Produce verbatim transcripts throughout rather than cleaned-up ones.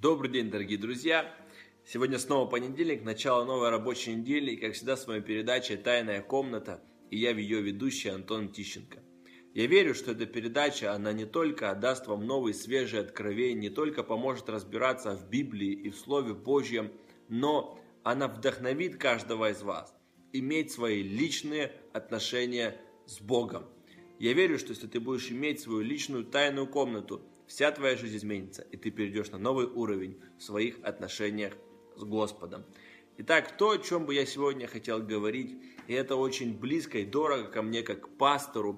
Добрый день, дорогие друзья! Сегодня снова понедельник, начало новой рабочей недели, и, как всегда, с вами передача «Тайная комната», и я ее ведущий Антон Тищенко. Я верю, что эта передача, она не только даст вам новые свежие откровения, не только поможет разбираться в Библии и в Слове Божьем, но она вдохновит каждого из вас иметь свои личные отношения с Богом. Я верю, что если ты будешь иметь свою личную тайную комнату, вся твоя жизнь изменится, и ты перейдешь на новый уровень в своих отношениях с Господом. Итак, то, о чем бы я сегодня хотел говорить, и это очень близко и дорого ко мне, как пастору.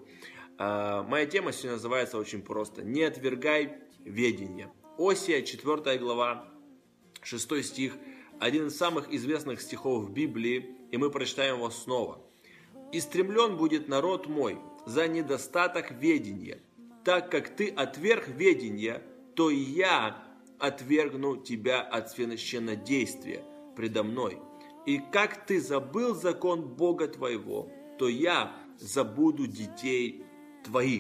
Моя тема сегодня называется очень просто: «Не отвергай ведение». Осия, четвёртая глава, шестой стих, один из самых известных стихов в Библии, и мы прочитаем его снова. «Истремлен будет народ мой за недостаток ведения. Так как ты отверг ведение, то и я отвергну тебя от священнодействия предо мной. И как ты забыл закон Бога твоего, то я забуду детей твоих».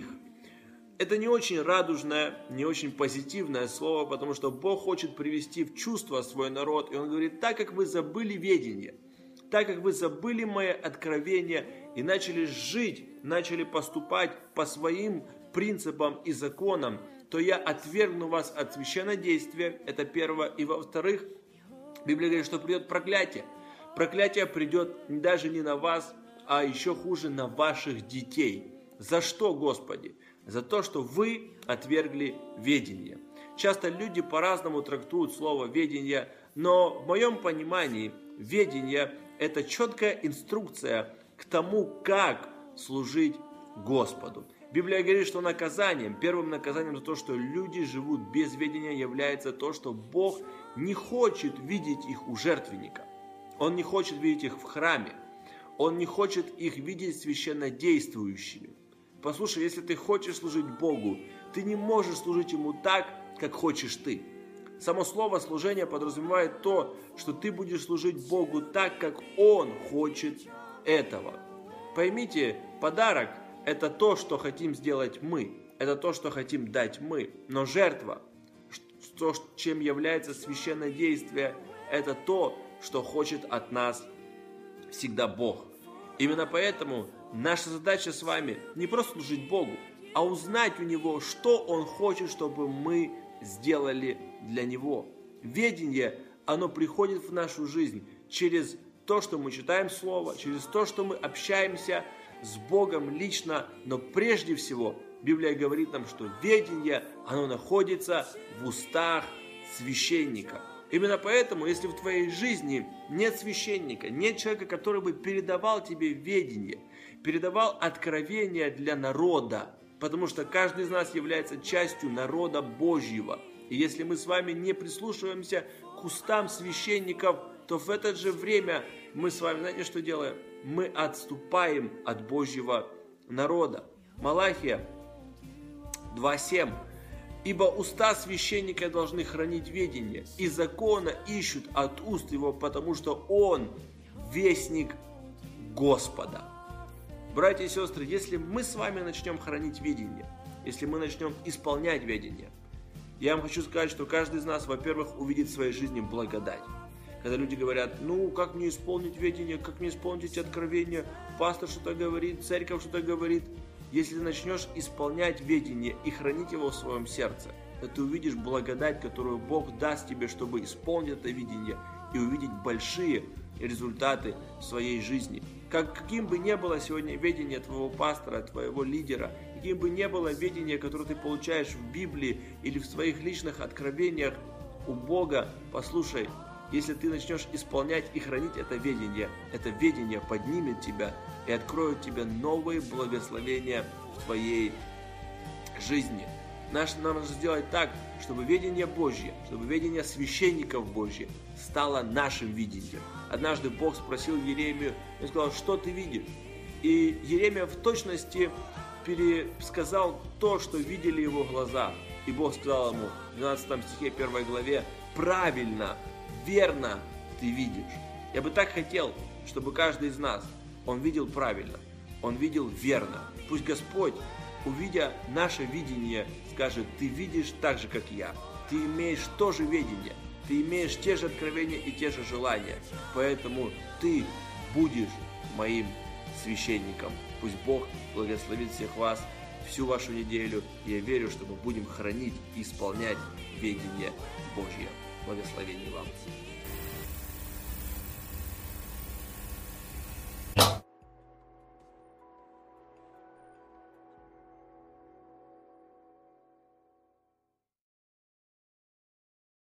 Это не очень радужное, не очень позитивное слово, потому что Бог хочет привести в чувство свой народ. И Он говорит: так как вы забыли ведение, так как вы забыли мое откровение и начали жить, начали поступать по своим принципам и законам, то я отвергну вас от священнодействия. Это первое. И во-вторых, Библия говорит, что придет проклятие. Проклятие придет даже не на вас, а еще хуже на ваших детей. За что, Господи? За то, что вы отвергли ведение. Часто люди по-разному трактуют слово «ведение», но в моем понимании ведение – это четкая инструкция к тому, как служить Господу. Библия говорит, что наказанием, первым наказанием за то, что люди живут без ведения, является то, что Бог не хочет видеть их у жертвенника. Он не хочет видеть их в храме. Он не хочет их видеть священнодействующими. Послушай, если ты хочешь служить Богу, ты не можешь служить Ему так, как хочешь ты. Само слово служение подразумевает то, что ты будешь служить Богу так, как Он хочет этого. Поймите, подарок – это то, что хотим сделать мы. Это то, что хотим дать мы. Но жертва, то, чем является священнодействие, это то, что хочет от нас всегда Бог. Именно поэтому наша задача с вами не просто служить Богу, а узнать у Него, что Он хочет, чтобы мы сделали для Него. Ведение, оно приходит в нашу жизнь через то, что мы читаем Слово, через то, что мы общаемся с Богом лично, но прежде всего Библия говорит нам, что ведение, оно находится в устах священника. Именно поэтому, если в твоей жизни нет священника, нет человека, который бы передавал тебе ведение, передавал откровения для народа, потому что каждый из нас является частью народа Божьего. И если мы с вами не прислушиваемся к устам священников, то в это же время мы с вами, знаете, что делаем? Мы отступаем от Божьего народа. Малахия два семь. «Ибо уста священника должны хранить ведение, и закона ищут от уст его, потому что он вестник Господа». Братья и сестры, если мы с вами начнем хранить ведение, если мы начнем исполнять ведение, я вам хочу сказать, что каждый из нас, во-первых, увидит в своей жизни благодать. Когда люди говорят: ну, как мне исполнить ведение, как мне исполнить эти откровения, пастор что-то говорит, церковь что-то говорит. Если ты начнешь исполнять ведение и хранить его в своем сердце, то ты увидишь благодать, которую Бог даст тебе, чтобы исполнить это видение и увидеть большие результаты в своей жизни. Как, каким бы ни было сегодня ведение твоего пастора, твоего лидера, каким бы ни было ведение, которое ты получаешь в Библии или в своих личных откровениях у Бога, послушай, если ты начнешь исполнять и хранить это ведение, это ведение поднимет тебя и откроет тебе новые благословения в твоей жизни. Нам нужно сделать так, чтобы ведение Божье, чтобы ведение священников Божьих стало нашим видением. Однажды Бог спросил Еремию, он сказал: что ты видишь? И Еремия в точности пересказал то, что видели его глаза. И Бог сказал ему в двенадцатом стихе первой главе: правильно, верно ты видишь. Я бы так хотел, чтобы каждый из нас, он видел правильно, он видел верно. Пусть Господь увидя наше видение, скажет: ты видишь так же, как я. Ты имеешь то же видение, ты имеешь те же откровения и те же желания. Поэтому ты будешь моим священником. Пусть Бог благословит всех вас всю вашу неделю. Я верю, что мы будем хранить и исполнять ведение Божье. Благословений вам.